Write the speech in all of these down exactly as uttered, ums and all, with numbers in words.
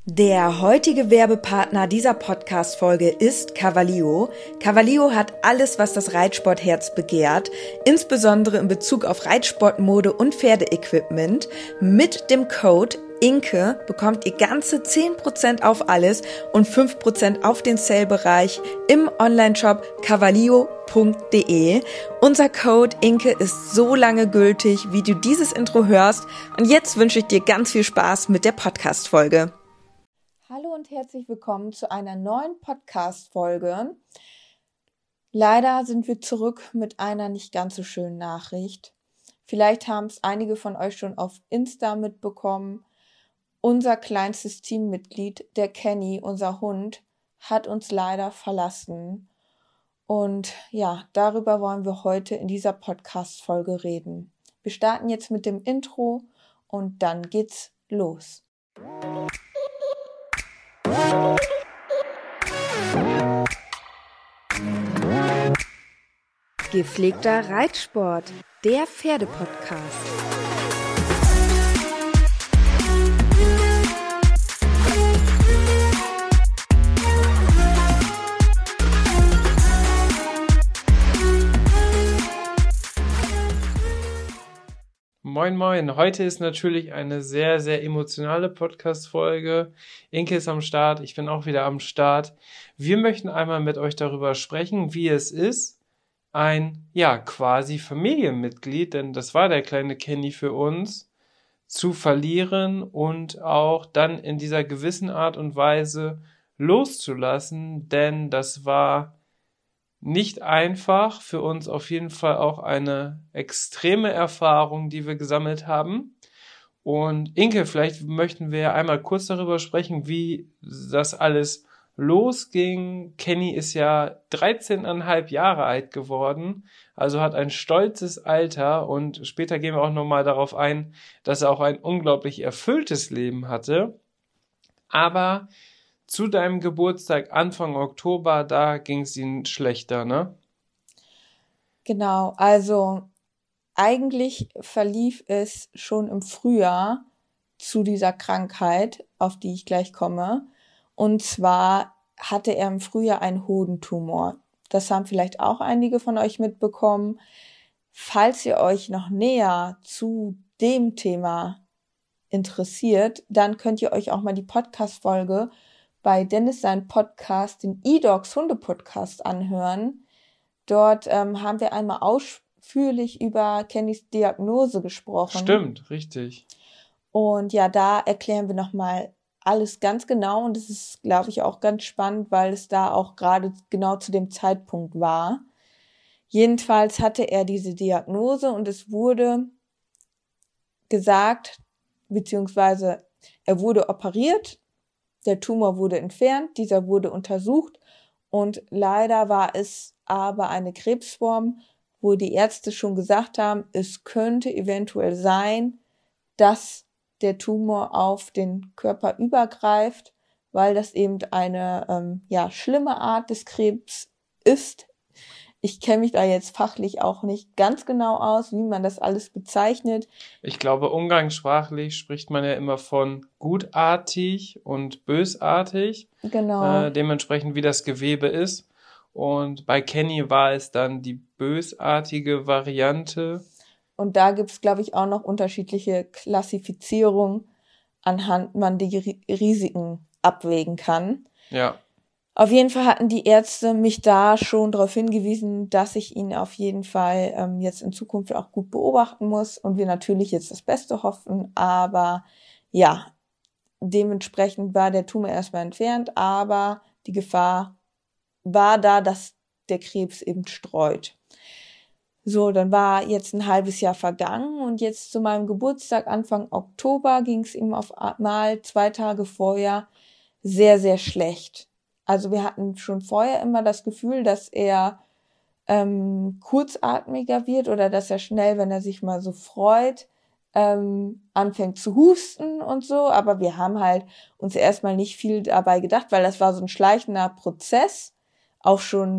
Der heutige Werbepartner dieser Podcast-Folge ist Cavallio. Cavallio hat alles, was das Reitsportherz begehrt, insbesondere in Bezug auf Reitsportmode und Pferdeequipment. Mit dem Code Inke bekommt ihr ganze zehn Prozent auf alles und fünf Prozent auf den Sale-Bereich im Onlineshop cavallio punkt de. Unser Code Inke ist so lange gültig, wie du dieses Intro hörst. Und jetzt wünsche ich dir ganz viel Spaß mit der Podcast-Folge. Hallo und herzlich willkommen zu einer neuen Podcast-Folge. Leider sind wir zurück mit einer nicht ganz so schönen Nachricht. Vielleicht haben es einige von euch schon auf Insta mitbekommen. Unser kleinstes Teammitglied, der Kenny, unser Hund, hat uns leider verlassen. Und ja, darüber wollen wir heute in dieser Podcast-Folge reden. Wir starten jetzt mit dem Intro und dann geht's los. Gepflegter Reitsport, der Pferdepodcast. Moin Moin, heute ist natürlich eine sehr, sehr emotionale Podcast-Folge. Inke ist am Start, ich bin auch wieder am Start. Wir möchten einmal mit euch darüber sprechen, wie es ist, ein, ja, quasi Familienmitglied, denn das war der kleine Kenny für uns, zu verlieren und auch dann in dieser gewissen Art und Weise loszulassen, denn das war nicht einfach, für uns auf jeden Fall auch eine extreme Erfahrung, die wir gesammelt haben. Und Inke, vielleicht möchten wir einmal kurz darüber sprechen, wie das alles losging. Kenny ist ja dreizehn Komma fünf Jahre alt geworden, also hat ein stolzes Alter und später gehen wir auch nochmal darauf ein, dass er auch ein unglaublich erfülltes Leben hatte. Aber zu deinem Geburtstag Anfang Oktober, da ging es ihnen schlechter, ne? Genau, also eigentlich verlief es schon im Frühjahr zu dieser Krankheit, auf die ich gleich komme. Und zwar hatte er im Frühjahr einen Hodentumor. Das haben vielleicht auch einige von euch mitbekommen. Falls ihr euch noch näher zu dem Thema interessiert, dann könnt ihr euch auch mal die Podcast-Folge bei Dennis sein Podcast, den E-Dogs Hunde-Podcast anhören. Dort ähm, haben wir einmal ausführlich über Kennys Diagnose gesprochen. Stimmt, richtig. Und ja, da erklären wir nochmal alles ganz genau und das ist, glaube ich, auch ganz spannend, weil es da auch gerade genau zu dem Zeitpunkt war. Jedenfalls hatte er diese Diagnose und es wurde gesagt, beziehungsweise er wurde operiert. Der Tumor wurde entfernt, dieser wurde untersucht und leider war es aber eine Krebsform, wo die Ärzte schon gesagt haben, es könnte eventuell sein, dass der Tumor auf den Körper übergreift, weil das eben eine ähm, ja schlimme Art des Krebs ist. Ich kenne mich da jetzt fachlich auch nicht ganz genau aus, wie man das alles bezeichnet. Ich glaube, umgangssprachlich spricht man ja immer von gutartig und bösartig. Genau. Äh, dementsprechend, wie das Gewebe ist. Und bei Kenny war es dann die bösartige Variante. Und da gibt es, glaube ich, auch noch unterschiedliche Klassifizierungen, anhand man die Risiken abwägen kann. Ja. Auf jeden Fall hatten die Ärzte mich da schon darauf hingewiesen, dass ich ihn auf jeden Fall ähm, jetzt in Zukunft auch gut beobachten muss und wir natürlich jetzt das Beste hoffen, aber ja, dementsprechend war der Tumor erstmal entfernt, aber die Gefahr war da, dass der Krebs eben streut. So, dann war jetzt ein halbes Jahr vergangen und jetzt zu meinem Geburtstag Anfang Oktober ging es ihm auf einmal zwei Tage vorher sehr, sehr schlecht. Also wir hatten schon vorher immer das Gefühl, dass er ähm, kurzatmiger wird oder dass er schnell, wenn er sich mal so freut, ähm, anfängt zu husten und so. Aber wir haben halt uns erstmal nicht viel dabei gedacht, weil das war so ein schleichender Prozess, auch schon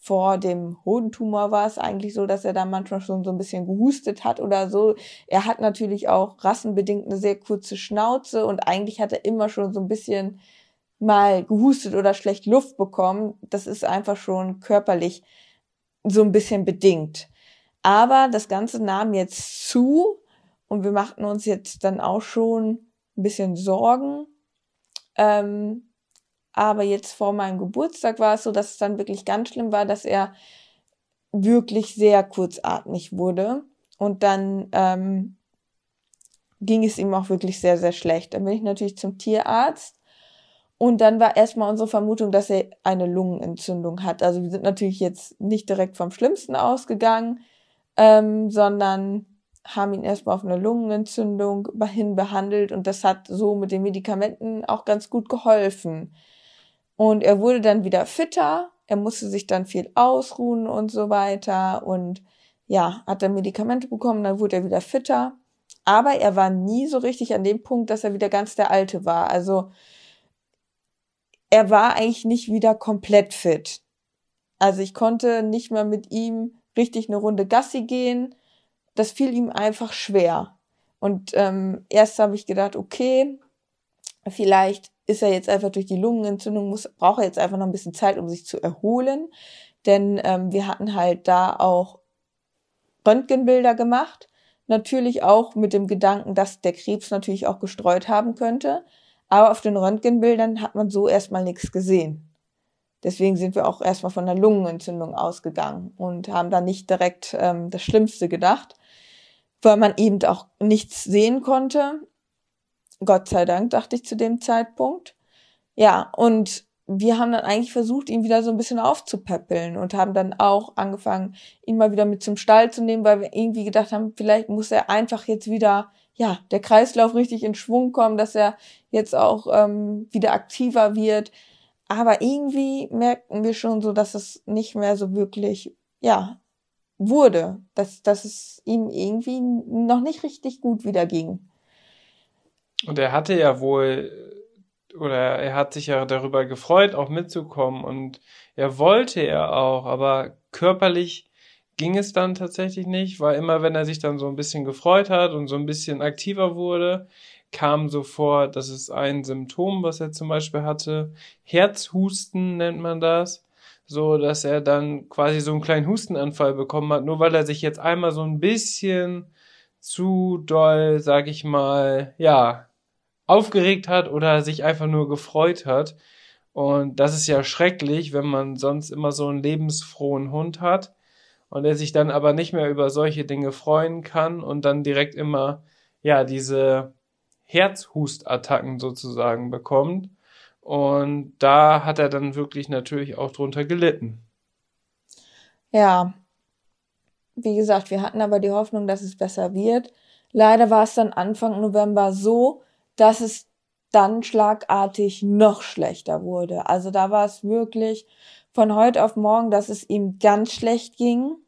vor dem Hodentumor war es eigentlich so, dass er da manchmal schon so ein bisschen gehustet hat oder so. Er hat natürlich auch rassenbedingt eine sehr kurze Schnauze und eigentlich hat er immer schon so ein bisschen mal gehustet oder schlecht Luft bekommen. Das ist einfach schon körperlich so ein bisschen bedingt. Aber das Ganze nahm jetzt zu und wir machten uns jetzt dann auch schon ein bisschen Sorgen. Ähm, aber jetzt vor meinem Geburtstag war es so, dass es dann wirklich ganz schlimm war, dass er wirklich sehr kurzatmig wurde. Und dann ähm, ging es ihm auch wirklich sehr, sehr schlecht. Dann bin ich natürlich zum Tierarzt. Und dann war erstmal unsere Vermutung, dass er eine Lungenentzündung hat. Also wir sind natürlich jetzt nicht direkt vom Schlimmsten ausgegangen, ähm, sondern haben ihn erstmal auf eine Lungenentzündung hin behandelt. Und das hat so mit den Medikamenten auch ganz gut geholfen. Und er wurde dann wieder fitter, er musste sich dann viel ausruhen und so weiter und ja, hat dann Medikamente bekommen, dann wurde er wieder fitter. Aber er war nie so richtig an dem Punkt, dass er wieder ganz der Alte war. Also er war eigentlich nicht wieder komplett fit. Also ich konnte nicht mehr mit ihm richtig eine Runde Gassi gehen. Das fiel ihm einfach schwer. Und ähm, erst habe ich gedacht, okay, vielleicht ist er jetzt einfach durch die Lungenentzündung, muss, braucht er jetzt einfach noch ein bisschen Zeit, um sich zu erholen. Denn ähm, wir hatten halt da auch Röntgenbilder gemacht. Natürlich auch mit dem Gedanken, dass der Krebs natürlich auch gestreut haben könnte. Aber auf den Röntgenbildern hat man so erstmal nichts gesehen. Deswegen sind wir auch erstmal von einer Lungenentzündung ausgegangen und haben dann nicht direkt ähm, das Schlimmste gedacht, weil man eben auch nichts sehen konnte. Gott sei Dank, dachte ich zu dem Zeitpunkt. Ja, und wir haben dann eigentlich versucht, ihn wieder so ein bisschen aufzupäppeln und haben dann auch angefangen, ihn mal wieder mit zum Stall zu nehmen, weil wir irgendwie gedacht haben, vielleicht muss er einfach jetzt wieder, ja, der Kreislauf richtig in Schwung kommen, dass er jetzt auch ähm, wieder aktiver wird. Aber irgendwie merkten wir schon so, dass es nicht mehr so wirklich, ja, wurde, dass, dass es ihm irgendwie noch nicht richtig gut wieder ging. Und er hatte ja wohl, oder er hat sich ja darüber gefreut, auch mitzukommen und er wollte ja auch, aber körperlich ging es dann tatsächlich nicht, weil immer wenn er sich dann so ein bisschen gefreut hat und so ein bisschen aktiver wurde, kam sofort, das ist ein Symptom, was er zum Beispiel hatte, Herzhusten nennt man das, so dass er dann quasi so einen kleinen Hustenanfall bekommen hat, nur weil er sich jetzt einmal so ein bisschen zu doll, sag ich mal, ja, aufgeregt hat oder sich einfach nur gefreut hat. Und das ist ja schrecklich, wenn man sonst immer so einen lebensfrohen Hund hat und er sich dann aber nicht mehr über solche Dinge freuen kann und dann direkt immer, ja, diese Herzhustattacken sozusagen bekommt. Und da hat er dann wirklich natürlich auch drunter gelitten. Ja, wie gesagt, wir hatten aber die Hoffnung, dass es besser wird. Leider war es dann Anfang November so, dass es dann schlagartig noch schlechter wurde. Also da war es wirklich von heute auf morgen, dass es ihm ganz schlecht ging.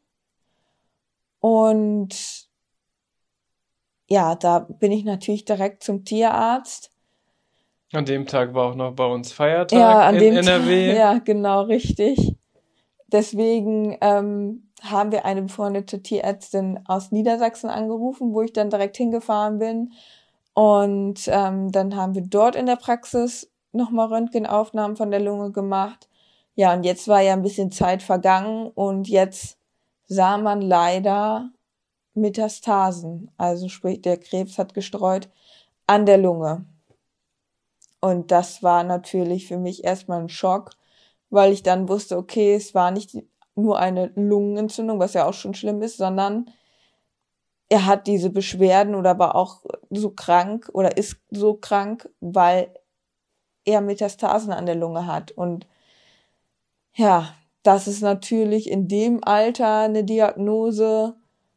Und ja, da bin ich natürlich direkt zum Tierarzt. An dem Tag war auch noch bei uns Feiertag Ja, an in dem N R W. Tag, ja, genau, richtig. Deswegen ähm, haben wir eine befreundete Tierärztin aus Niedersachsen angerufen, wo ich dann direkt hingefahren bin. Und ähm, dann haben wir dort in der Praxis nochmal Röntgenaufnahmen von der Lunge gemacht. Ja, und jetzt war ja ein bisschen Zeit vergangen und jetzt sah man leider Metastasen. Also sprich, der Krebs hat gestreut an der Lunge. Und das war natürlich für mich erstmal ein Schock, weil ich dann wusste, okay, es war nicht nur eine Lungenentzündung, was ja auch schon schlimm ist, sondern er hat diese Beschwerden oder war auch so krank oder ist so krank, weil er Metastasen an der Lunge hat. Und ja, das ist natürlich in dem Alter eine Diagnose.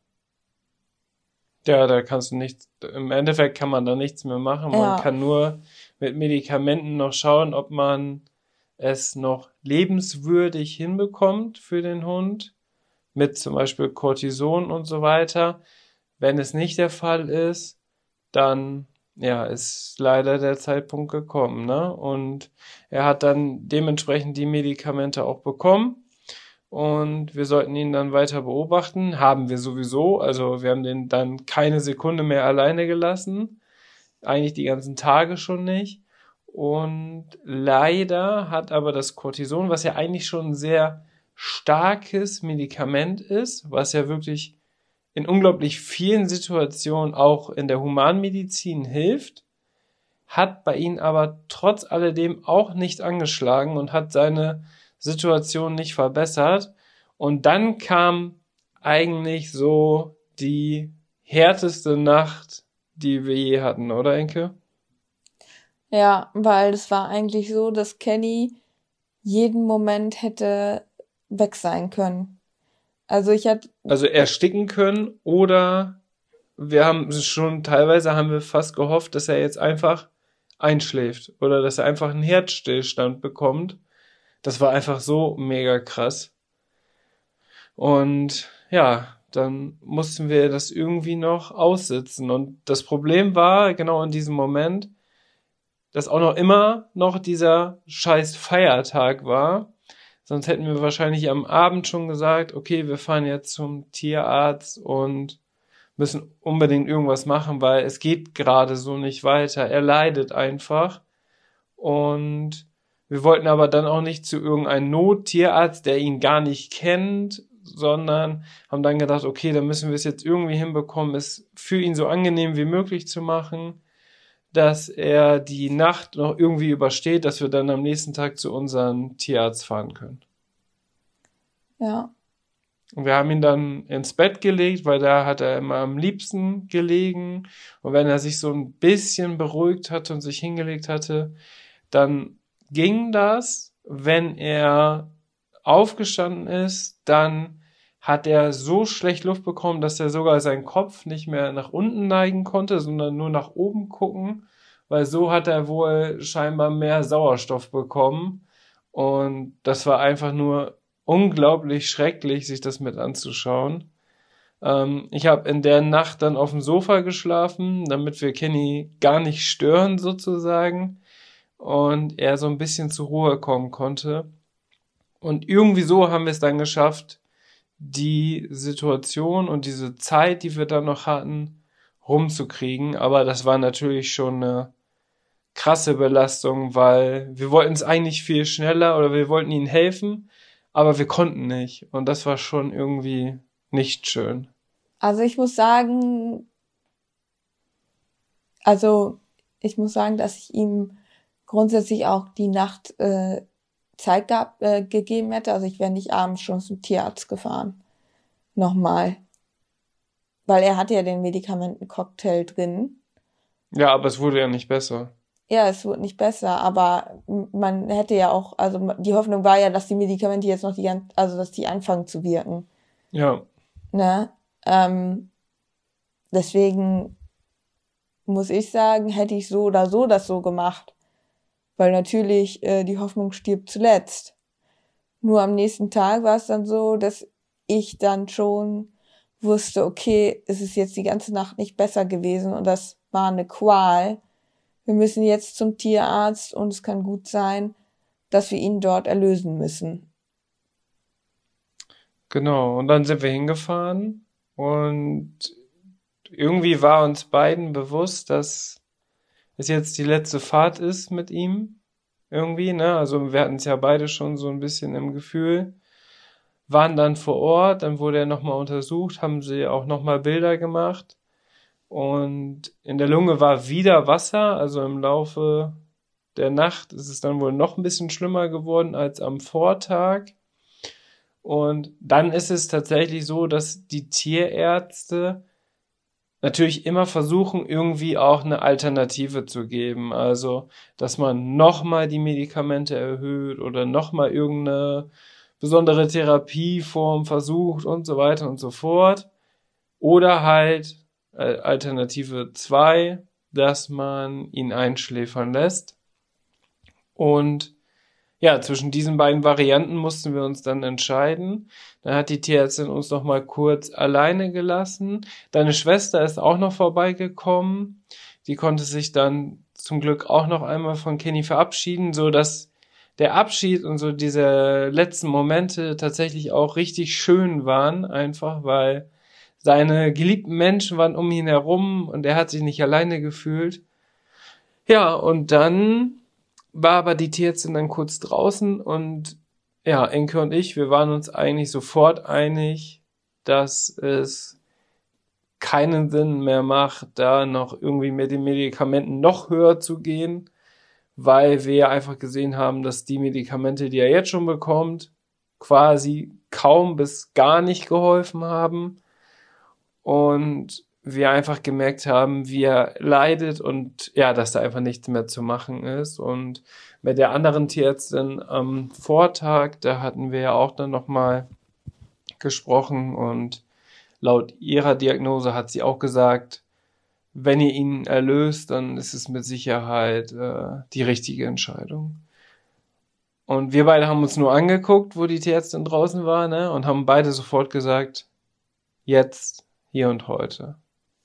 Ja, da kannst du nichts, im Endeffekt kann man da nichts mehr machen. Man Ja, kann nur mit Medikamenten noch schauen, ob man es noch lebenswürdig hinbekommt für den Hund, mit zum Beispiel Cortison und so weiter. Wenn es nicht der Fall ist, dann ja, ist leider der Zeitpunkt gekommen, ne? Und er hat dann dementsprechend die Medikamente auch bekommen. und wir sollten ihn dann weiter beobachten. Haben wir sowieso, also wir haben den dann keine Sekunde mehr alleine gelassen, eigentlich die ganzen Tage schon nicht. Und leider hat aber das Cortison, was ja eigentlich schon ein sehr starkes Medikament ist, was ja wirklich in unglaublich vielen Situationen auch in der Humanmedizin hilft, hat bei ihm aber trotz alledem auch nicht angeschlagen und hat seine Situation nicht verbessert. Und dann kam eigentlich so die härteste Nacht, die wir je hatten, oder Enke? Ja, weil es war eigentlich so, dass Kenny jeden Moment hätte weg sein können. Also ich hatte... Also ersticken können oder wir haben schon, teilweise haben wir fast gehofft, dass er jetzt einfach einschläft oder dass er einfach einen Herzstillstand bekommt. Das war einfach so mega krass. Und ja, dann mussten wir das irgendwie noch aussitzen. Und das Problem war genau in diesem Moment, dass auch noch immer noch dieser scheiß Feiertag war. Sonst hätten wir wahrscheinlich am Abend schon gesagt, okay, wir fahren jetzt zum Tierarzt und müssen unbedingt irgendwas machen, weil es geht gerade so nicht weiter. Er leidet einfach. Und wir wollten aber dann auch nicht zu irgendeinem Nottierarzt, der ihn gar nicht kennt, sondern haben dann gedacht, okay, dann müssen wir es jetzt irgendwie hinbekommen, es für ihn so angenehm wie möglich zu machen, dass er die Nacht noch irgendwie übersteht, dass wir dann am nächsten Tag zu unserem Tierarzt fahren können. Ja. Und wir haben ihn dann ins Bett gelegt, weil da hat er immer am liebsten gelegen. Und wenn er sich so ein bisschen beruhigt hatte und sich hingelegt hatte, dann ging das. Wenn er aufgestanden ist, dann hat er so schlecht Luft bekommen, dass er sogar seinen Kopf nicht mehr nach unten neigen konnte, sondern nur nach oben gucken, weil so hat er wohl scheinbar mehr Sauerstoff bekommen. Und das war einfach nur unglaublich schrecklich, sich das mit anzuschauen. Ähm, ich habe in der Nacht dann auf dem Sofa geschlafen, damit wir Kenny gar nicht stören sozusagen und er so ein bisschen zur Ruhe kommen konnte. Und irgendwie so haben wir es dann geschafft, die Situation und diese Zeit, die wir dann noch hatten, rumzukriegen. Aber das war natürlich schon eine krasse Belastung, weil wir wollten es eigentlich viel schneller oder wir wollten ihnen helfen, aber wir konnten nicht. Und das war schon irgendwie nicht schön. Also ich muss sagen, also ich muss sagen, dass ich ihm grundsätzlich auch die Nacht äh, Zeit gab, äh, gegeben hätte. Also ich wäre nicht abends schon zum Tierarzt gefahren. Nochmal. Weil er hatte ja den Medikamentencocktail drin. Ja, aber es wurde ja nicht besser. Ja, es wurde nicht besser, aber man hätte ja auch, also die Hoffnung war ja, dass die Medikamente jetzt noch die ganze, also dass die anfangen zu wirken. Ja. Ne? Ähm, deswegen muss ich sagen, hätte ich so oder so das so gemacht. Weil natürlich äh, die Hoffnung stirbt zuletzt. Nur am nächsten Tag war es dann so, dass ich dann schon wusste, okay, es ist jetzt die ganze Nacht nicht besser gewesen und das war eine Qual. Wir müssen jetzt zum Tierarzt und es kann gut sein, dass wir ihn dort erlösen müssen. Genau, und dann sind wir hingefahren und irgendwie war uns beiden bewusst, dass es jetzt die letzte Fahrt ist mit ihm. Irgendwie, ne? Also wir hatten es ja beide schon so ein bisschen im Gefühl. Waren dann vor Ort, dann wurde er nochmal untersucht, haben sie auch nochmal Bilder gemacht. Und in der Lunge war wieder Wasser, also im Laufe der Nacht ist es dann wohl noch ein bisschen schlimmer geworden als am Vortag. Und dann ist es tatsächlich so, dass die Tierärzte natürlich immer versuchen, irgendwie auch eine Alternative zu geben. Also, dass man nochmal die Medikamente erhöht oder nochmal irgendeine besondere Therapieform versucht und so weiter und so fort. Oder halt äh, Alternative zwei, dass man ihn einschläfern lässt. Und ja, zwischen diesen beiden Varianten mussten wir uns dann entscheiden. Dann hat die Tierärztin uns noch mal kurz alleine gelassen. Deine Schwester ist auch noch vorbeigekommen. Die konnte sich dann zum Glück auch noch einmal von Kenny verabschieden, so dass der Abschied und so diese letzten Momente tatsächlich auch richtig schön waren, einfach weil seine geliebten Menschen waren um ihn herum und er hat sich nicht alleine gefühlt. Ja, und dann war aber die Tierärztin dann kurz draußen und ja, Inke und ich, wir waren uns eigentlich sofort einig, dass es keinen Sinn mehr macht, da noch irgendwie mit den Medikamenten noch höher zu gehen, weil wir einfach gesehen haben, dass die Medikamente, die er jetzt schon bekommt, quasi kaum bis gar nicht geholfen haben und wir einfach gemerkt haben, wie er leidet und ja, dass da einfach nichts mehr zu machen ist. Und mit der anderen Tierärztin am Vortag, da hatten wir ja auch dann nochmal gesprochen und laut ihrer Diagnose hat sie auch gesagt, wenn ihr ihn erlöst, dann ist es mit Sicherheit äh, die richtige Entscheidung. Und wir beide haben uns nur angeguckt, wo die Tierärztin draußen war, ne, und haben beide sofort gesagt, jetzt, hier und heute.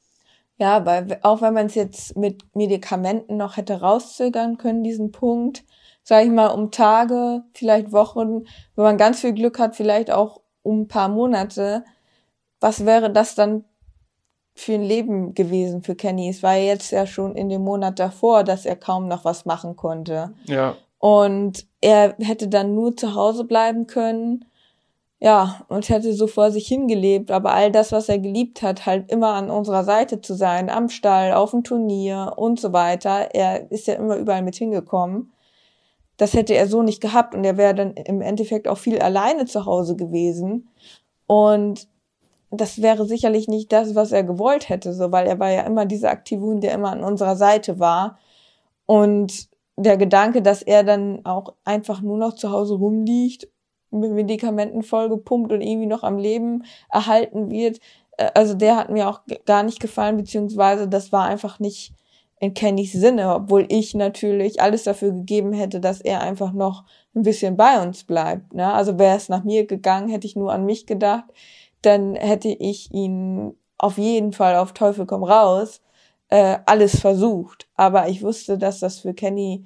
Ja, weil auch wenn man es jetzt mit Medikamenten noch hätte rauszögern können, diesen Punkt, sage ich mal, um Tage, vielleicht Wochen, wenn man ganz viel Glück hat, vielleicht auch um ein paar Monate, was wäre das dann für ein Leben gewesen für Kenny? Es war ja jetzt ja schon in dem Monat davor, dass er kaum noch was machen konnte. Ja. Und er hätte dann nur zu Hause bleiben können, ja, und hätte so vor sich hingelebt, aber all das, was er geliebt hat, halt immer an unserer Seite zu sein, am Stall, auf dem Turnier und so weiter. Er ist ja immer überall mit hingekommen. Das hätte er so nicht gehabt und er wäre dann im Endeffekt auch viel alleine zu Hause gewesen. Und das wäre sicherlich nicht das, was er gewollt hätte, so, weil er war ja immer dieser aktive Hund, der immer an unserer Seite war. Und der Gedanke, dass er dann auch einfach nur noch zu Hause rumliegt, mit Medikamenten vollgepumpt und irgendwie noch am Leben erhalten wird, also der hat mir auch gar nicht gefallen, beziehungsweise das war einfach nicht in Kennys Sinne, obwohl ich natürlich alles dafür gegeben hätte, dass er einfach noch ein bisschen bei uns bleibt, ne? Also wäre es nach mir gegangen, hätte ich nur an mich gedacht, dann hätte ich ihn auf jeden Fall auf Teufel komm raus äh, alles versucht, aber ich wusste, dass das für Kenny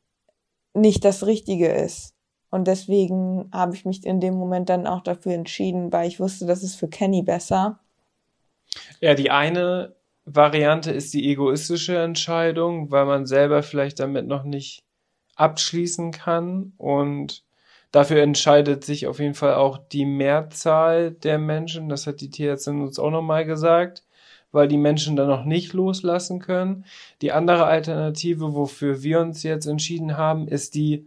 nicht das Richtige ist. Und deswegen habe ich mich in dem Moment dann auch dafür entschieden, weil ich wusste, das ist für Kenny besser. Ja, die eine Variante ist die egoistische Entscheidung, weil man selber vielleicht damit noch nicht abschließen kann. Und dafür entscheidet sich auf jeden Fall auch die Mehrzahl der Menschen. Das hat die Tierärztin uns auch nochmal gesagt, weil die Menschen dann noch nicht loslassen können. Die andere Alternative, wofür wir uns jetzt entschieden haben, ist die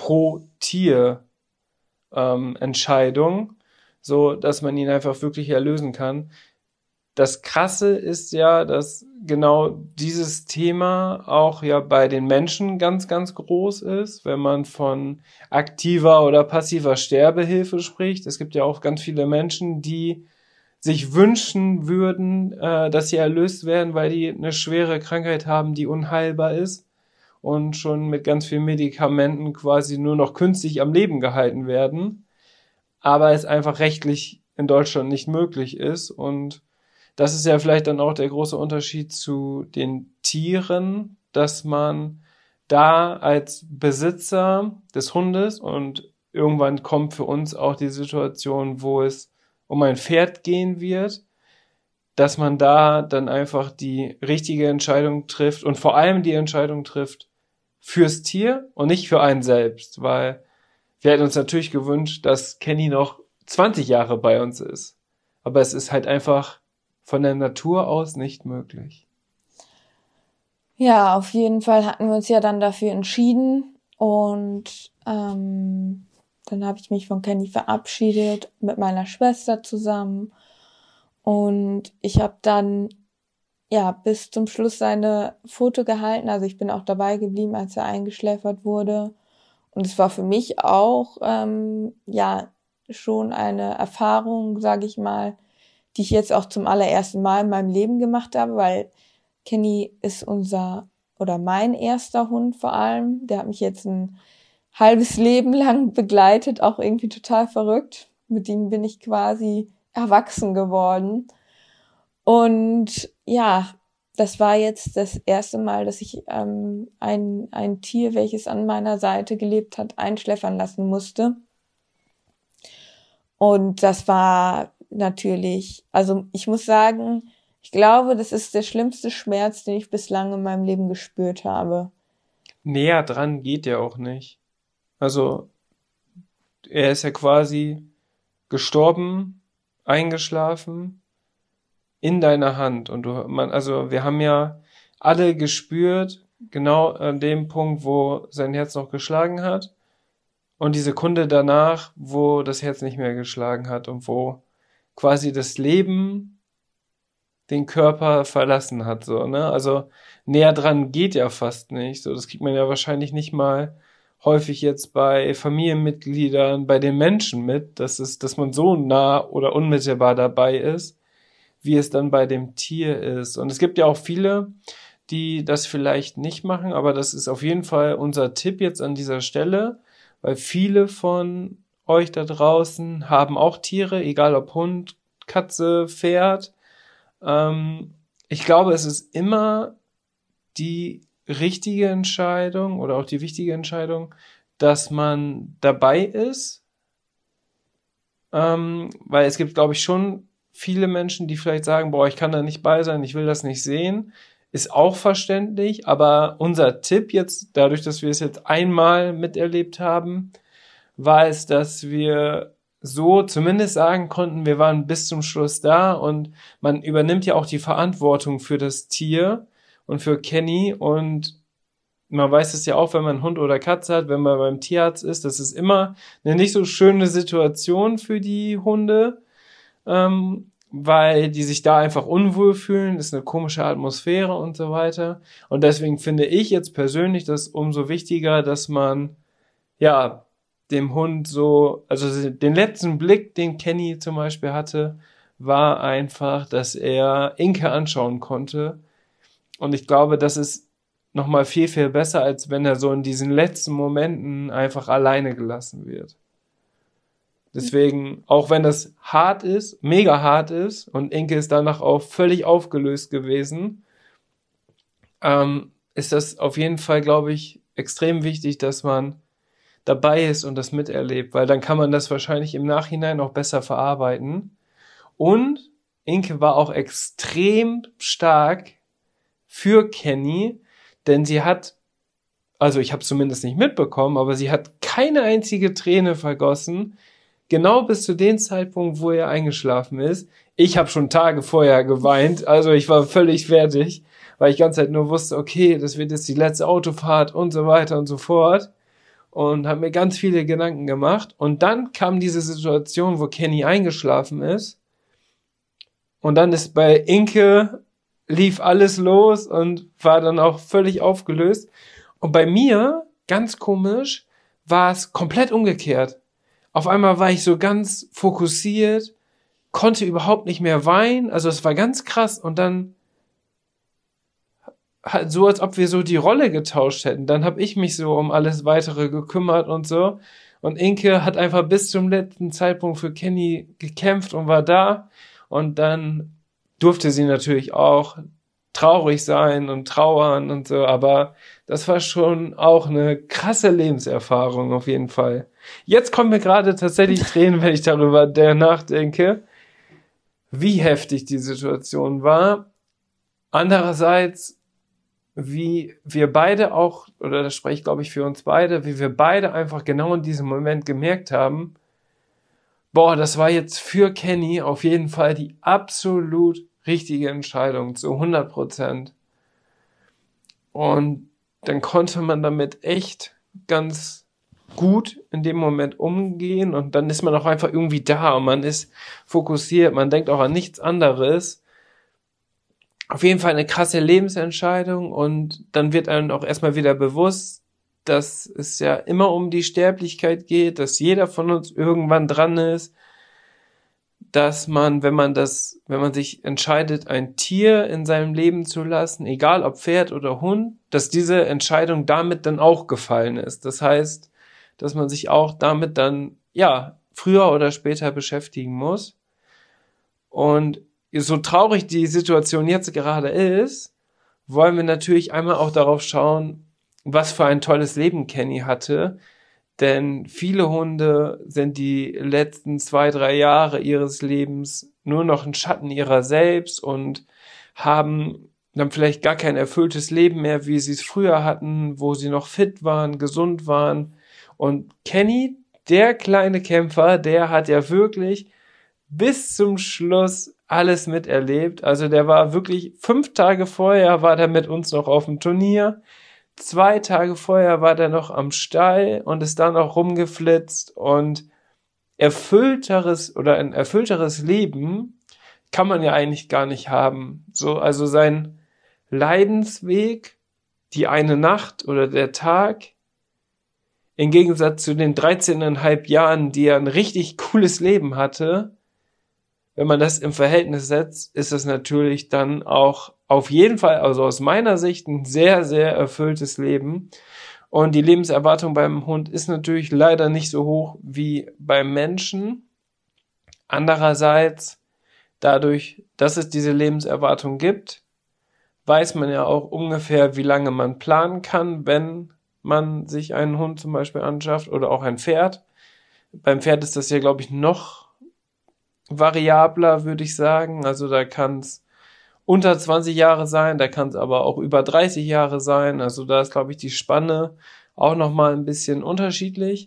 Pro-Tier-Entscheidung, ähm, so dass man ihn einfach wirklich erlösen kann. Das Krasse ist ja, dass genau dieses Thema auch ja bei den Menschen ganz, ganz groß ist, wenn man von aktiver oder passiver Sterbehilfe spricht. Es gibt ja auch ganz viele Menschen, die sich wünschen würden, äh, dass sie erlöst werden, weil die eine schwere Krankheit haben, die unheilbar ist und schon mit ganz vielen Medikamenten quasi nur noch künstlich am Leben gehalten werden, aber es einfach rechtlich in Deutschland nicht möglich ist. Und das ist ja vielleicht dann auch der große Unterschied zu den Tieren, dass man da als Besitzer des Hundes, und irgendwann kommt für uns auch die Situation, wo es um ein Pferd gehen wird, dass man da dann einfach die richtige Entscheidung trifft und vor allem die Entscheidung trifft fürs Tier und nicht für einen selbst, weil wir hätten uns natürlich gewünscht, dass Kenny noch zwanzig Jahre bei uns ist. Aber es ist halt einfach von der Natur aus nicht möglich. Ja, auf jeden Fall hatten wir uns ja dann dafür entschieden und ähm, dann habe ich mich von Kenny verabschiedet mit meiner Schwester zusammen und ich habe dann ja bis zum Schluss seine Foto gehalten, also ich bin auch dabei geblieben, als er eingeschläfert wurde und es war für mich auch ähm, ja schon eine Erfahrung, sage ich mal, die ich jetzt auch zum allerersten Mal in meinem Leben gemacht habe, weil Kenny ist unser oder mein erster Hund vor allem. Der hat mich jetzt ein halbes Leben lang begleitet, auch irgendwie total verrückt. Mit ihm bin ich quasi erwachsen geworden. Und ja, das war jetzt das erste Mal, dass ich ähm, ein, ein Tier, welches an meiner Seite gelebt hat, einschläfern lassen musste. Und das war natürlich, also ich muss sagen, ich glaube, das ist der schlimmste Schmerz, den ich bislang in meinem Leben gespürt habe. Näher dran geht ja auch nicht. Also, er ist ja quasi gestorben, eingeschlafen, in deiner Hand. Und du, man, also wir haben ja alle gespürt, genau an dem Punkt, wo sein Herz noch geschlagen hat. Und die Sekunde danach, wo das Herz nicht mehr geschlagen hat und wo quasi das Leben den Körper verlassen hat, so, ne? Also näher dran geht ja fast nicht. So, das kriegt man ja wahrscheinlich nicht mal häufig jetzt bei Familienmitgliedern, bei den Menschen mit, dass es, dass man so nah oder unmittelbar dabei ist, wie es dann bei dem Tier ist. Und es gibt ja auch viele, die das vielleicht nicht machen, aber das ist auf jeden Fall unser Tipp jetzt an dieser Stelle, weil viele von euch da draußen haben auch Tiere, egal ob Hund, Katze, Pferd. Ähm, ich glaube, es ist immer die richtige Entscheidung oder auch die wichtige Entscheidung, dass man dabei ist, ähm, weil es gibt, glaube ich, schon viele Menschen, die vielleicht sagen, boah, ich kann da nicht bei sein, ich will das nicht sehen, ist auch verständlich, aber unser Tipp jetzt, dadurch, dass wir es jetzt einmal miterlebt haben, war es, dass wir so zumindest sagen konnten, wir waren bis zum Schluss da und man übernimmt ja auch die Verantwortung für das Tier und für Kenny und man weiß es ja auch, wenn man einen Hund oder Katze hat, wenn man beim Tierarzt ist, das ist immer eine nicht so schöne Situation für die Hunde, ähm, weil die sich da einfach unwohl fühlen, ist eine komische Atmosphäre und so weiter. Und deswegen finde ich jetzt persönlich das umso wichtiger, dass man, ja, dem Hund so, also den letzten Blick, den Kenny zum Beispiel hatte, war einfach, dass er Inke anschauen konnte. Und ich glaube, das ist nochmal viel, viel besser, als wenn er so in diesen letzten Momenten einfach alleine gelassen wird. Deswegen, auch wenn das hart ist, mega hart ist, und Inke ist danach auch völlig aufgelöst gewesen, ähm, ist das auf jeden Fall, glaube ich, extrem wichtig, dass man dabei ist und das miterlebt, weil dann kann man das wahrscheinlich im Nachhinein auch besser verarbeiten. Und Inke war auch extrem stark für Kenny, denn sie hat, also ich habe es zumindest nicht mitbekommen, aber sie hat keine einzige Träne vergossen, genau bis zu dem Zeitpunkt, wo er eingeschlafen ist. Ich habe schon Tage vorher geweint, also ich war völlig fertig, weil ich die ganze Zeit nur wusste, okay, das wird jetzt die letzte Autofahrt und so weiter und so fort. Und habe mir ganz viele Gedanken gemacht. Und dann kam diese Situation, wo Kenny eingeschlafen ist. Und dann ist bei Inke, lief alles los und war dann auch völlig aufgelöst. Und bei mir, ganz komisch, war es komplett umgekehrt. Auf einmal war ich so ganz fokussiert, konnte überhaupt nicht mehr weinen. Also es war ganz krass. Und dann halt so, als ob wir so die Rolle getauscht hätten. Dann habe ich mich so um alles Weitere gekümmert und so. Und Inke hat einfach bis zum letzten Zeitpunkt für Kenny gekämpft und war da. Und dann durfte sie natürlich auch traurig sein und trauern und so. Aber das war schon auch eine krasse Lebenserfahrung auf jeden Fall. Jetzt kommen mir gerade tatsächlich Tränen, wenn ich darüber nachdenke, wie heftig die Situation war. Andererseits, wie wir beide auch, oder das spreche ich, glaube ich, für uns beide, wie wir beide einfach genau in diesem Moment gemerkt haben, boah, das war jetzt für Kenny auf jeden Fall die absolut richtige Entscheidung, zu hundert Prozent. Und dann konnte man damit echt ganz gut in dem Moment umgehen und dann ist man auch einfach irgendwie da und man ist fokussiert, man denkt auch an nichts anderes. Auf jeden Fall eine krasse Lebensentscheidung und dann wird einem auch erstmal wieder bewusst, dass es ja immer um die Sterblichkeit geht, dass jeder von uns irgendwann dran ist, dass man, wenn man das, wenn man sich entscheidet, ein Tier in seinem Leben zu lassen, egal ob Pferd oder Hund, dass diese Entscheidung damit dann auch gefallen ist. Das heißt, dass man sich auch damit dann, ja, früher oder später beschäftigen muss. Und so traurig die Situation jetzt gerade ist, wollen wir natürlich einmal auch darauf schauen, was für ein tolles Leben Kenny hatte. Denn viele Hunde sind die letzten zwei, drei Jahre ihres Lebens nur noch ein Schatten ihrer selbst und haben dann vielleicht gar kein erfülltes Leben mehr, wie sie es früher hatten, wo sie noch fit waren, gesund waren. Und Kenny, der kleine Kämpfer, der hat ja wirklich bis zum Schluss alles miterlebt. Also der war wirklich fünf Tage vorher, war der mit uns noch auf dem Turnier. Zwei Tage vorher war der noch am Stall und ist dann auch rumgeflitzt. Und erfüllteres oder ein erfüllteres Leben kann man ja eigentlich gar nicht haben. So, also sein Leidensweg, die eine Nacht oder der Tag, im Gegensatz zu den dreizehneinhalb Jahren, die er ein richtig cooles Leben hatte, wenn man das im Verhältnis setzt, ist es natürlich dann auch auf jeden Fall, also aus meiner Sicht, ein sehr, sehr erfülltes Leben. Und die Lebenserwartung beim Hund ist natürlich leider nicht so hoch wie beim Menschen. Andererseits, dadurch, dass es diese Lebenserwartung gibt, weiß man ja auch ungefähr, wie lange man planen kann, wenn man sich einen Hund zum Beispiel anschafft oder auch ein Pferd. Beim Pferd ist das ja, glaube ich, noch variabler, würde ich sagen. Also da kann es unter zwanzig Jahre sein, da kann es aber auch über dreißig Jahre sein. Also da ist, glaube ich, die Spanne auch nochmal ein bisschen unterschiedlich.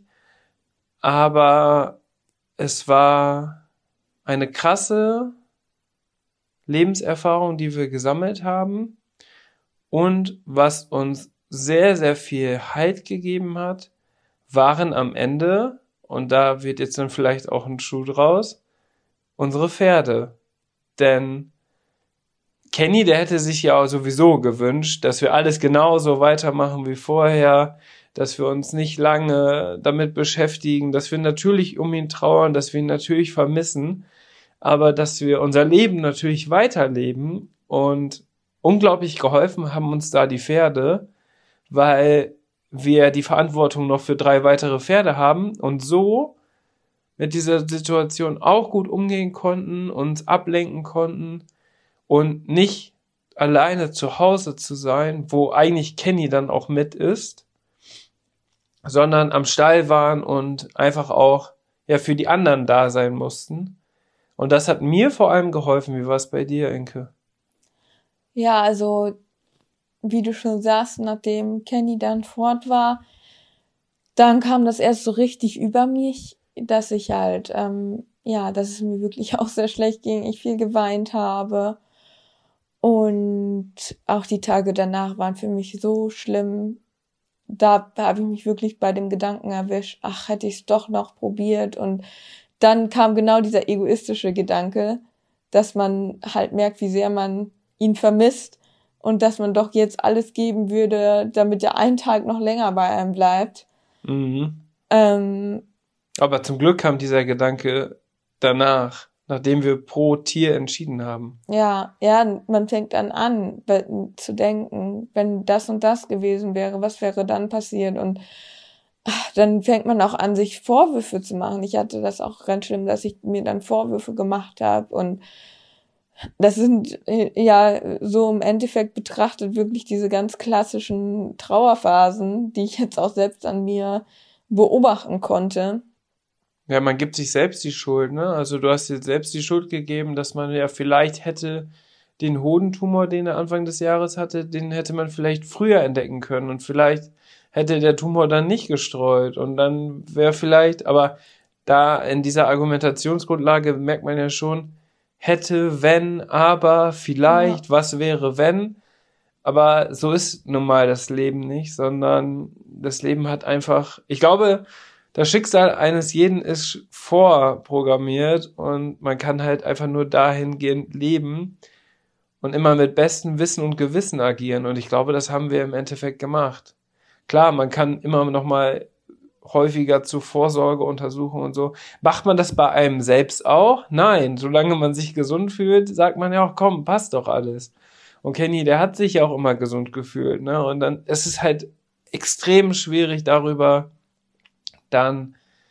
Aber es war eine krasse Lebenserfahrung, die wir gesammelt haben und was uns sehr, sehr viel Halt gegeben hat, waren am Ende, und da wird jetzt dann vielleicht auch ein Schuh draus, unsere Pferde. Denn Kenny, der hätte sich ja sowieso gewünscht, dass wir alles genauso weitermachen wie vorher, dass wir uns nicht lange damit beschäftigen, dass wir natürlich um ihn trauern, dass wir ihn natürlich vermissen, aber dass wir unser Leben natürlich weiterleben. Und unglaublich geholfen haben uns da die Pferde, weil wir die Verantwortung noch für drei weitere Pferde haben und so mit dieser Situation auch gut umgehen konnten, uns ablenken konnten und nicht alleine zu Hause zu sein, wo eigentlich Kenny dann auch mit ist, sondern am Stall waren und einfach auch ja für die anderen da sein mussten. Und das hat mir vor allem geholfen. Wie war es bei dir, Inke? Ja, also wie du schon sagst, nachdem Kenny dann fort war, dann kam das erst so richtig über mich, dass ich halt, ähm, ja, dass es mir wirklich auch sehr schlecht ging, ich viel geweint habe. Und auch die Tage danach waren für mich so schlimm. Da habe ich mich wirklich bei dem Gedanken erwischt, ach, hätte ich es doch noch probiert. Und dann kam genau dieser egoistische Gedanke, dass man halt merkt, wie sehr man ihn vermisst und dass man doch jetzt alles geben würde, damit er einen Tag noch länger bei einem bleibt. Mhm. Ähm, Aber zum Glück kam dieser Gedanke danach, nachdem wir pro Tier entschieden haben. Ja, ja, man fängt dann an zu denken, wenn das und das gewesen wäre, was wäre dann passiert? Und ach, dann fängt man auch an, sich Vorwürfe zu machen. Ich hatte das auch ganz schlimm, dass ich mir dann Vorwürfe gemacht habe. Und das sind ja so im Endeffekt betrachtet wirklich diese ganz klassischen Trauerphasen, die ich jetzt auch selbst an mir beobachten konnte. Ja, man gibt sich selbst die Schuld, ne? Also du hast dir selbst die Schuld gegeben, dass man ja vielleicht hätte den Hodentumor, den er Anfang des Jahres hatte, den hätte man vielleicht früher entdecken können und vielleicht hätte der Tumor dann nicht gestreut und dann wäre vielleicht, aber da in dieser Argumentationsgrundlage merkt man ja schon, hätte, wenn, aber, vielleicht, ja. Was wäre, wenn, aber so ist nun mal das Leben nicht, sondern das Leben hat einfach, ich glaube, das Schicksal eines jeden ist vorprogrammiert und man kann halt einfach nur dahingehend leben und immer mit bestem Wissen und Gewissen agieren. Und ich glaube, das haben wir im Endeffekt gemacht. Klar, man kann immer noch mal häufiger zu Vorsorgeuntersuchungen und so. Macht man das bei einem selbst auch? Nein, solange man sich gesund fühlt, sagt man ja auch, komm, passt doch alles. Und Kenny, der hat sich ja auch immer gesund gefühlt, ne? Und dann ist es halt extrem schwierig darüber dann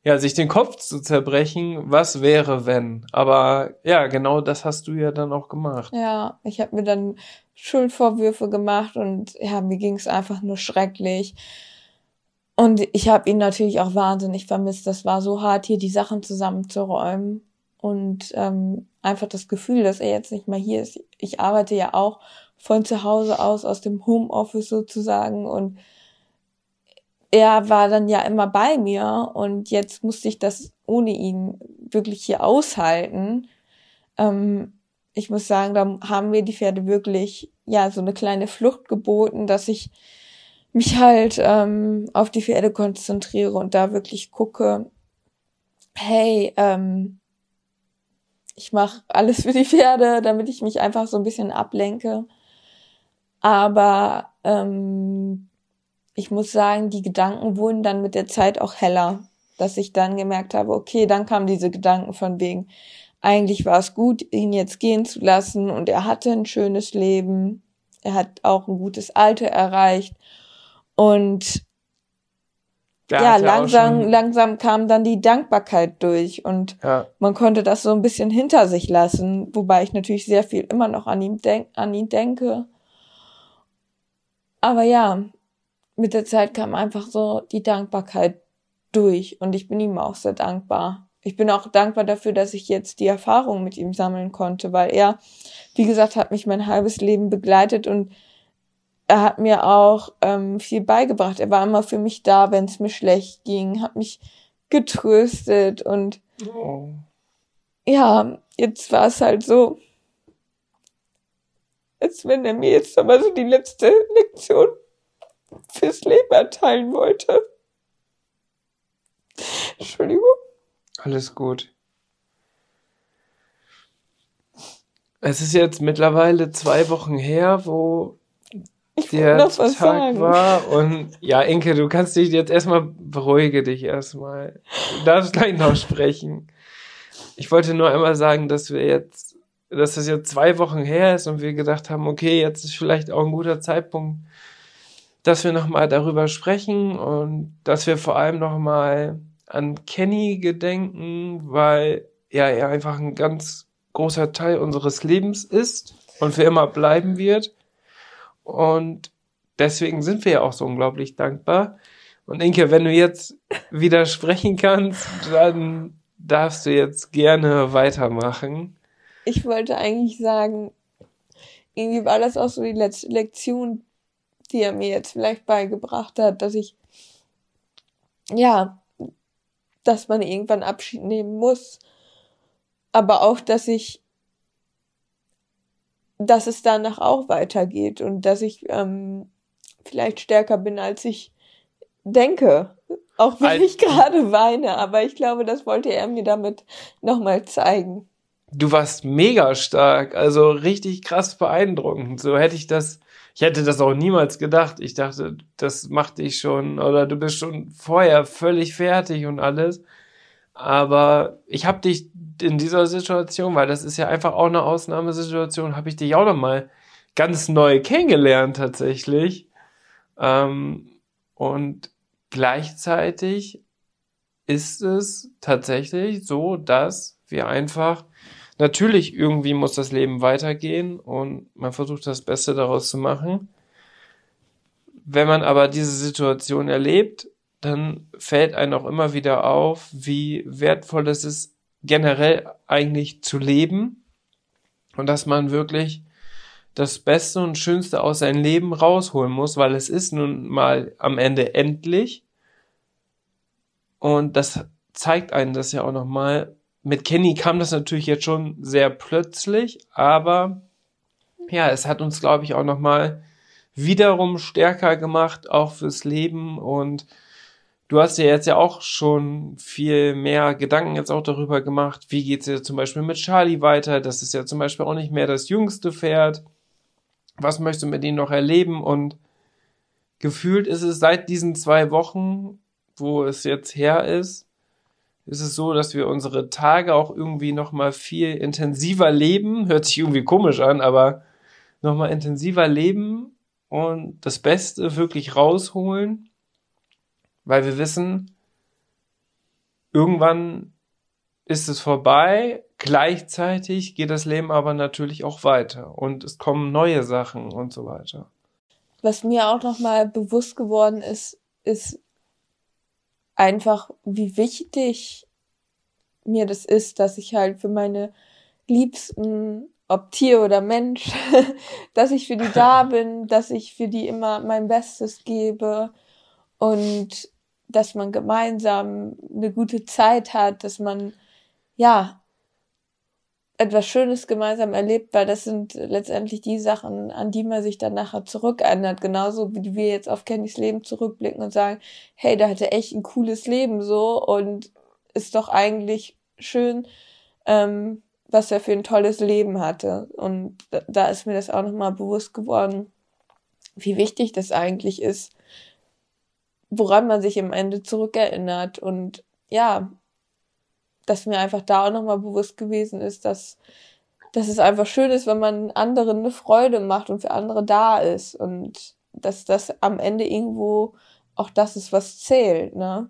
ja, sich den Kopf zu zerbrechen, was wäre, wenn. Aber ja, genau das hast du ja dann auch gemacht. Ja, ich habe mir dann Schuldvorwürfe gemacht und ja, mir ging es einfach nur schrecklich. Und ich habe ihn natürlich auch wahnsinnig vermisst. Das war so hart, hier die Sachen zusammenzuräumen. Und ähm, einfach das Gefühl, dass er jetzt nicht mehr hier ist. Ich arbeite ja auch von zu Hause aus, aus dem Homeoffice sozusagen. Und er war dann ja immer bei mir. Und jetzt musste ich das ohne ihn wirklich hier aushalten. Ähm, ich muss sagen, da haben mir die Pferde wirklich ja so eine kleine Flucht geboten, dass ich mich halt ähm, auf die Pferde konzentriere und da wirklich gucke, hey, ähm, ich mache alles für die Pferde, damit ich mich einfach so ein bisschen ablenke. Aber ähm, ich muss sagen, die Gedanken wurden dann mit der Zeit auch heller, dass ich dann gemerkt habe, okay, dann kamen diese Gedanken von wegen, eigentlich war es gut, ihn jetzt gehen zu lassen und er hatte ein schönes Leben, er hat auch ein gutes Alter erreicht und Der ja, hat ja auch langsam, schon- langsam kam dann die Dankbarkeit durch und Ja. man konnte das so ein bisschen hinter sich lassen, wobei ich natürlich sehr viel immer noch an ihn, denk, an ihn denke. Aber ja, mit der Zeit kam einfach so die Dankbarkeit durch und ich bin ihm auch sehr dankbar. Ich bin auch dankbar dafür, dass ich jetzt die Erfahrung mit ihm sammeln konnte, weil er, wie gesagt, hat mich mein halbes Leben begleitet und er hat mir auch ähm, viel beigebracht. Er war immer für mich da, wenn es mir schlecht ging, hat mich getröstet und Oh. ja, jetzt war es halt so, als wenn er mir jetzt nochmal so die letzte Lektion fürs Leben erteilen wollte. Entschuldigung. Alles gut. Es ist jetzt mittlerweile zwei Wochen her, wo Ich wollte der noch was Tag sagen. war. Und ja, Inke, du kannst dich jetzt erstmal, beruhige dich erstmal. Du darfst gleich noch sprechen. Ich wollte nur einmal sagen, dass wir jetzt, dass das jetzt zwei Wochen her ist und wir gedacht haben, okay, jetzt ist vielleicht auch ein guter Zeitpunkt, dass wir nochmal darüber sprechen und dass wir vor allem nochmal an Kenny gedenken, weil ja, er einfach ein ganz großer Teil unseres Lebens ist und für immer bleiben wird. Und deswegen sind wir ja auch so unglaublich dankbar. Und Inke, wenn du jetzt wieder sprechen kannst, dann darfst du jetzt gerne weitermachen. Ich wollte eigentlich sagen, irgendwie war das auch so die letzte Lektion, die er mir jetzt vielleicht beigebracht hat, dass ich, ja, dass man irgendwann Abschied nehmen muss, aber auch, dass ich, dass es danach auch weitergeht und dass ich ähm, vielleicht stärker bin, als ich denke, auch wenn Al- ich gerade weine, aber ich glaube, das wollte er mir damit nochmal zeigen. Du warst mega stark, also richtig krass beeindruckend. So hätte ich das, ich hätte das auch niemals gedacht. Ich dachte, das macht dich schon, oder du bist schon vorher völlig fertig und alles. Aber ich habe dich in dieser Situation, weil das ist ja einfach auch eine Ausnahmesituation, habe ich dich auch noch mal ganz neu kennengelernt tatsächlich. Ähm, und gleichzeitig ist es tatsächlich so, dass wir einfach, natürlich irgendwie muss das Leben weitergehen und man versucht das Beste daraus zu machen. Wenn man aber diese Situation erlebt, dann fällt einem auch immer wieder auf, wie wertvoll es ist, generell eigentlich zu leben und dass man wirklich das Beste und Schönste aus seinem Leben rausholen muss, weil es ist nun mal am Ende endlich. Und das zeigt einem das ja auch nochmal. Mit Kenny kam das natürlich jetzt schon sehr plötzlich, aber ja, es hat uns, glaube ich, auch nochmal wiederum stärker gemacht, auch fürs Leben. Und du hast dir jetzt ja auch schon viel mehr Gedanken jetzt auch darüber gemacht, wie geht's dir zum Beispiel mit Charlie weiter? Das ist ja zum Beispiel auch nicht mehr das jüngste Pferd. Was möchtest du mit ihm noch erleben? Und gefühlt ist es seit diesen zwei Wochen, wo es jetzt her ist, ist es so, dass wir unsere Tage auch irgendwie nochmal viel intensiver leben. Hört sich irgendwie komisch an, aber nochmal intensiver leben und das Beste wirklich rausholen, weil wir wissen, irgendwann ist es vorbei, gleichzeitig geht das Leben aber natürlich auch weiter und es kommen neue Sachen und so weiter. Was mir auch nochmal bewusst geworden ist, ist einfach, wie wichtig mir das ist, dass ich halt für meine Liebsten, ob Tier oder Mensch, dass ich für die da bin, dass ich für die immer mein Bestes gebe und dass man gemeinsam eine gute Zeit hat, dass man, ja, etwas Schönes gemeinsam erlebt, weil das sind letztendlich die Sachen, an die man sich dann nachher zurückerinnert. Genauso wie wir jetzt auf Kennys Leben zurückblicken und sagen, hey, der hatte echt ein cooles Leben so und ist doch eigentlich schön, ähm, was er für ein tolles Leben hatte. Und da, da ist mir das auch nochmal bewusst geworden, wie wichtig das eigentlich ist, woran man sich am Ende zurückerinnert. Und ja, dass mir einfach da auch nochmal bewusst gewesen ist, dass, dass es einfach schön ist, wenn man anderen eine Freude macht und für andere da ist. Und dass das am Ende irgendwo auch das ist, was zählt, ne?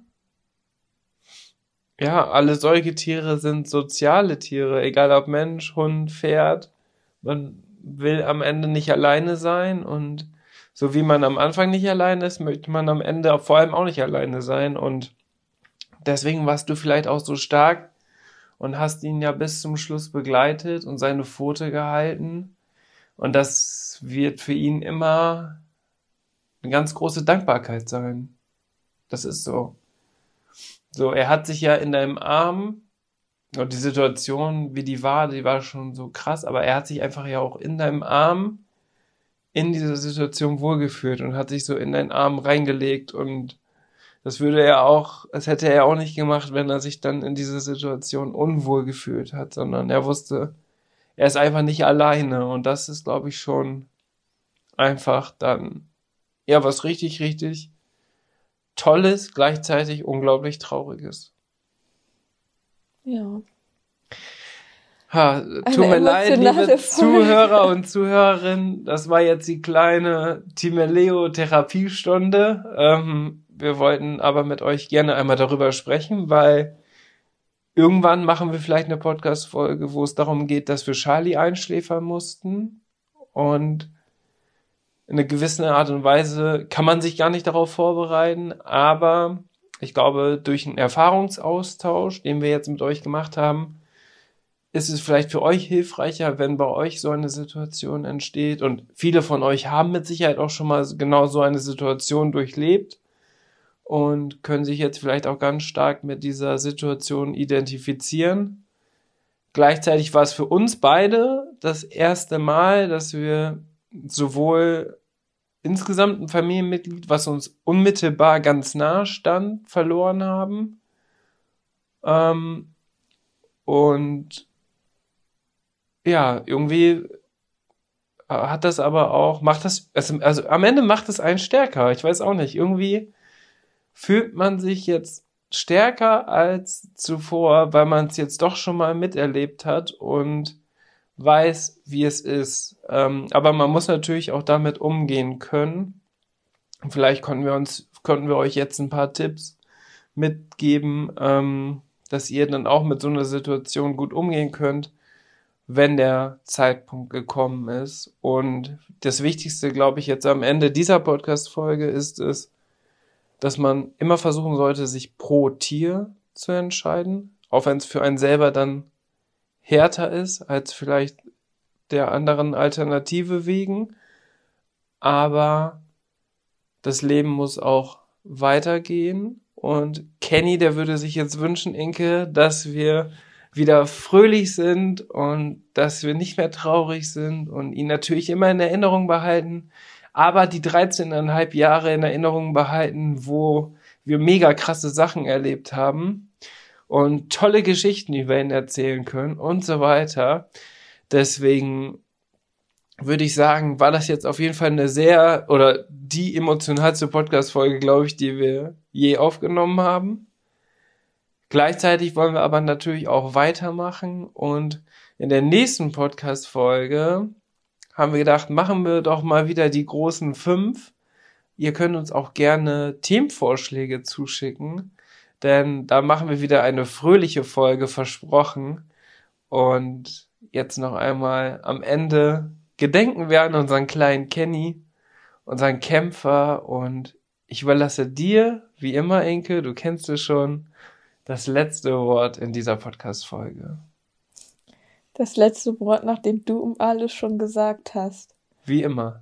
Ja, alle Säugetiere sind soziale Tiere, egal ob Mensch, Hund, Pferd. Man will am Ende nicht alleine sein und so wie man am Anfang nicht alleine ist, möchte man am Ende vor allem auch nicht alleine sein und deswegen warst du vielleicht auch so stark und hast ihn ja bis zum Schluss begleitet und seine Pfote gehalten und das wird für ihn immer eine ganz große Dankbarkeit sein. Das ist so. So, er hat sich ja in deinem Arm, und die Situation, wie die war, die war schon so krass, aber er hat sich einfach ja auch in deinem Arm in dieser Situation wohlgefühlt und hat sich so in deinen Arm reingelegt und das würde er auch, das hätte er auch nicht gemacht, wenn er sich dann in dieser Situation unwohl gefühlt hat, sondern er wusste, er ist einfach nicht alleine und das ist, glaube ich, schon einfach dann, ja, was richtig, richtig Tolles, gleichzeitig unglaublich Trauriges. Ja. Ha, tut mir leid, liebe Zuhörer und Zuhörerinnen, das war jetzt die kleine Timeleo-Therapiestunde. Ähm, wir wollten aber mit euch gerne einmal darüber sprechen, weil irgendwann machen wir vielleicht eine Podcast-Folge, wo es darum geht, dass wir Charlie einschläfern mussten und in einer gewissen Art und Weise kann man sich gar nicht darauf vorbereiten, aber ich glaube, durch einen Erfahrungsaustausch, den wir jetzt mit euch gemacht haben, ist es vielleicht für euch hilfreicher, wenn bei euch so eine Situation entsteht und viele von euch haben mit Sicherheit auch schon mal genau so eine Situation durchlebt und können sich jetzt vielleicht auch ganz stark mit dieser Situation identifizieren. Gleichzeitig war es für uns beide das erste Mal, dass wir sowohl insgesamt ein Familienmitglied, was uns unmittelbar ganz nah stand, verloren haben. Ähm, und ja, irgendwie hat das aber auch, macht das, also, also am Ende macht es einen stärker. Ich weiß auch nicht, irgendwie fühlt man sich jetzt stärker als zuvor, weil man es jetzt doch schon mal miterlebt hat und weiß, wie es ist. Ähm, aber man muss natürlich auch damit umgehen können. Vielleicht konnten wir uns, konnten wir euch jetzt ein paar Tipps mitgeben, ähm, dass ihr dann auch mit so einer Situation gut umgehen könnt, wenn der Zeitpunkt gekommen ist. Und das Wichtigste, glaube ich, jetzt am Ende dieser Podcast-Folge ist es, dass man immer versuchen sollte, sich pro Tier zu entscheiden, auch wenn es für einen selber dann härter ist, als vielleicht der anderen Alternative wegen. Aber das Leben muss auch weitergehen. Und Kenny, der würde sich jetzt wünschen, Inke, dass wir wieder fröhlich sind und dass wir nicht mehr traurig sind und ihn natürlich immer in Erinnerung behalten, aber die dreizehneinhalb Jahre in Erinnerung behalten, wo wir mega krasse Sachen erlebt haben und tolle Geschichten, die wir ihnen erzählen können und so weiter. Deswegen würde ich sagen, war das jetzt auf jeden Fall eine sehr, oder die emotionalste Podcast-Folge, glaube ich, die wir je aufgenommen haben. Gleichzeitig wollen wir aber natürlich auch weitermachen und in der nächsten Podcast-Folge haben wir gedacht, machen wir doch mal wieder die großen fünf. Ihr könnt uns auch gerne Themenvorschläge zuschicken, denn da machen wir wieder eine fröhliche Folge, versprochen. Und jetzt noch einmal am Ende gedenken wir an unseren kleinen Kenny, unseren Kämpfer, und ich überlasse dir, wie immer, Inke, du kennst es schon, das letzte Wort in dieser Podcast-Folge. Das letzte Wort, nachdem du um alles schon gesagt hast. Wie immer.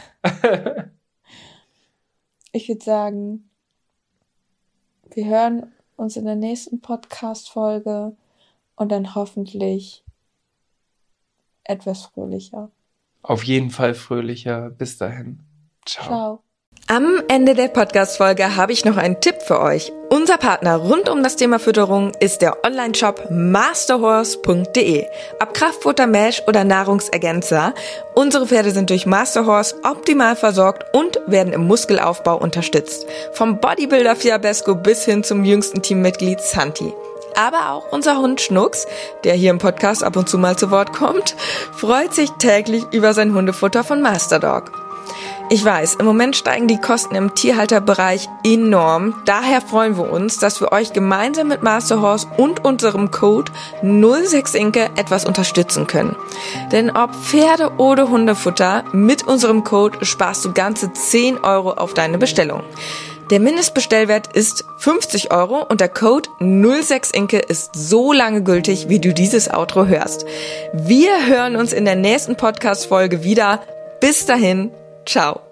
Ich würde sagen, wir hören uns in der nächsten Podcast-Folge und dann hoffentlich etwas fröhlicher. Auf jeden Fall fröhlicher. Bis dahin. Ciao. Ciao. Am Ende der Podcast-Folge habe ich noch einen Tipp für euch. Unser Partner rund um das Thema Fütterung ist der Online-Shop masterhorse punkt de. Ob Kraftfutter, Mesh oder Nahrungsergänzer, unsere Pferde sind durch Masterhorse optimal versorgt und werden im Muskelaufbau unterstützt. Vom Bodybuilder Fiabesco bis hin zum jüngsten Teammitglied Santi. Aber auch unser Hund Schnucks, der hier im Podcast ab und zu mal zu Wort kommt, freut sich täglich über sein Hundefutter von Masterdog. Ich weiß, im Moment steigen die Kosten im Tierhalterbereich enorm. Daher freuen wir uns, dass wir euch gemeinsam mit Masterhorse und unserem Code null sechs Inke etwas unterstützen können. Denn ob Pferde- oder Hundefutter, mit unserem Code sparst du ganze zehn Euro auf deine Bestellung. Der Mindestbestellwert ist fünfzig Euro und der Code null sechs Inke ist so lange gültig, wie du dieses Outro hörst. Wir hören uns in der nächsten Podcast-Folge wieder. Bis dahin, ciao.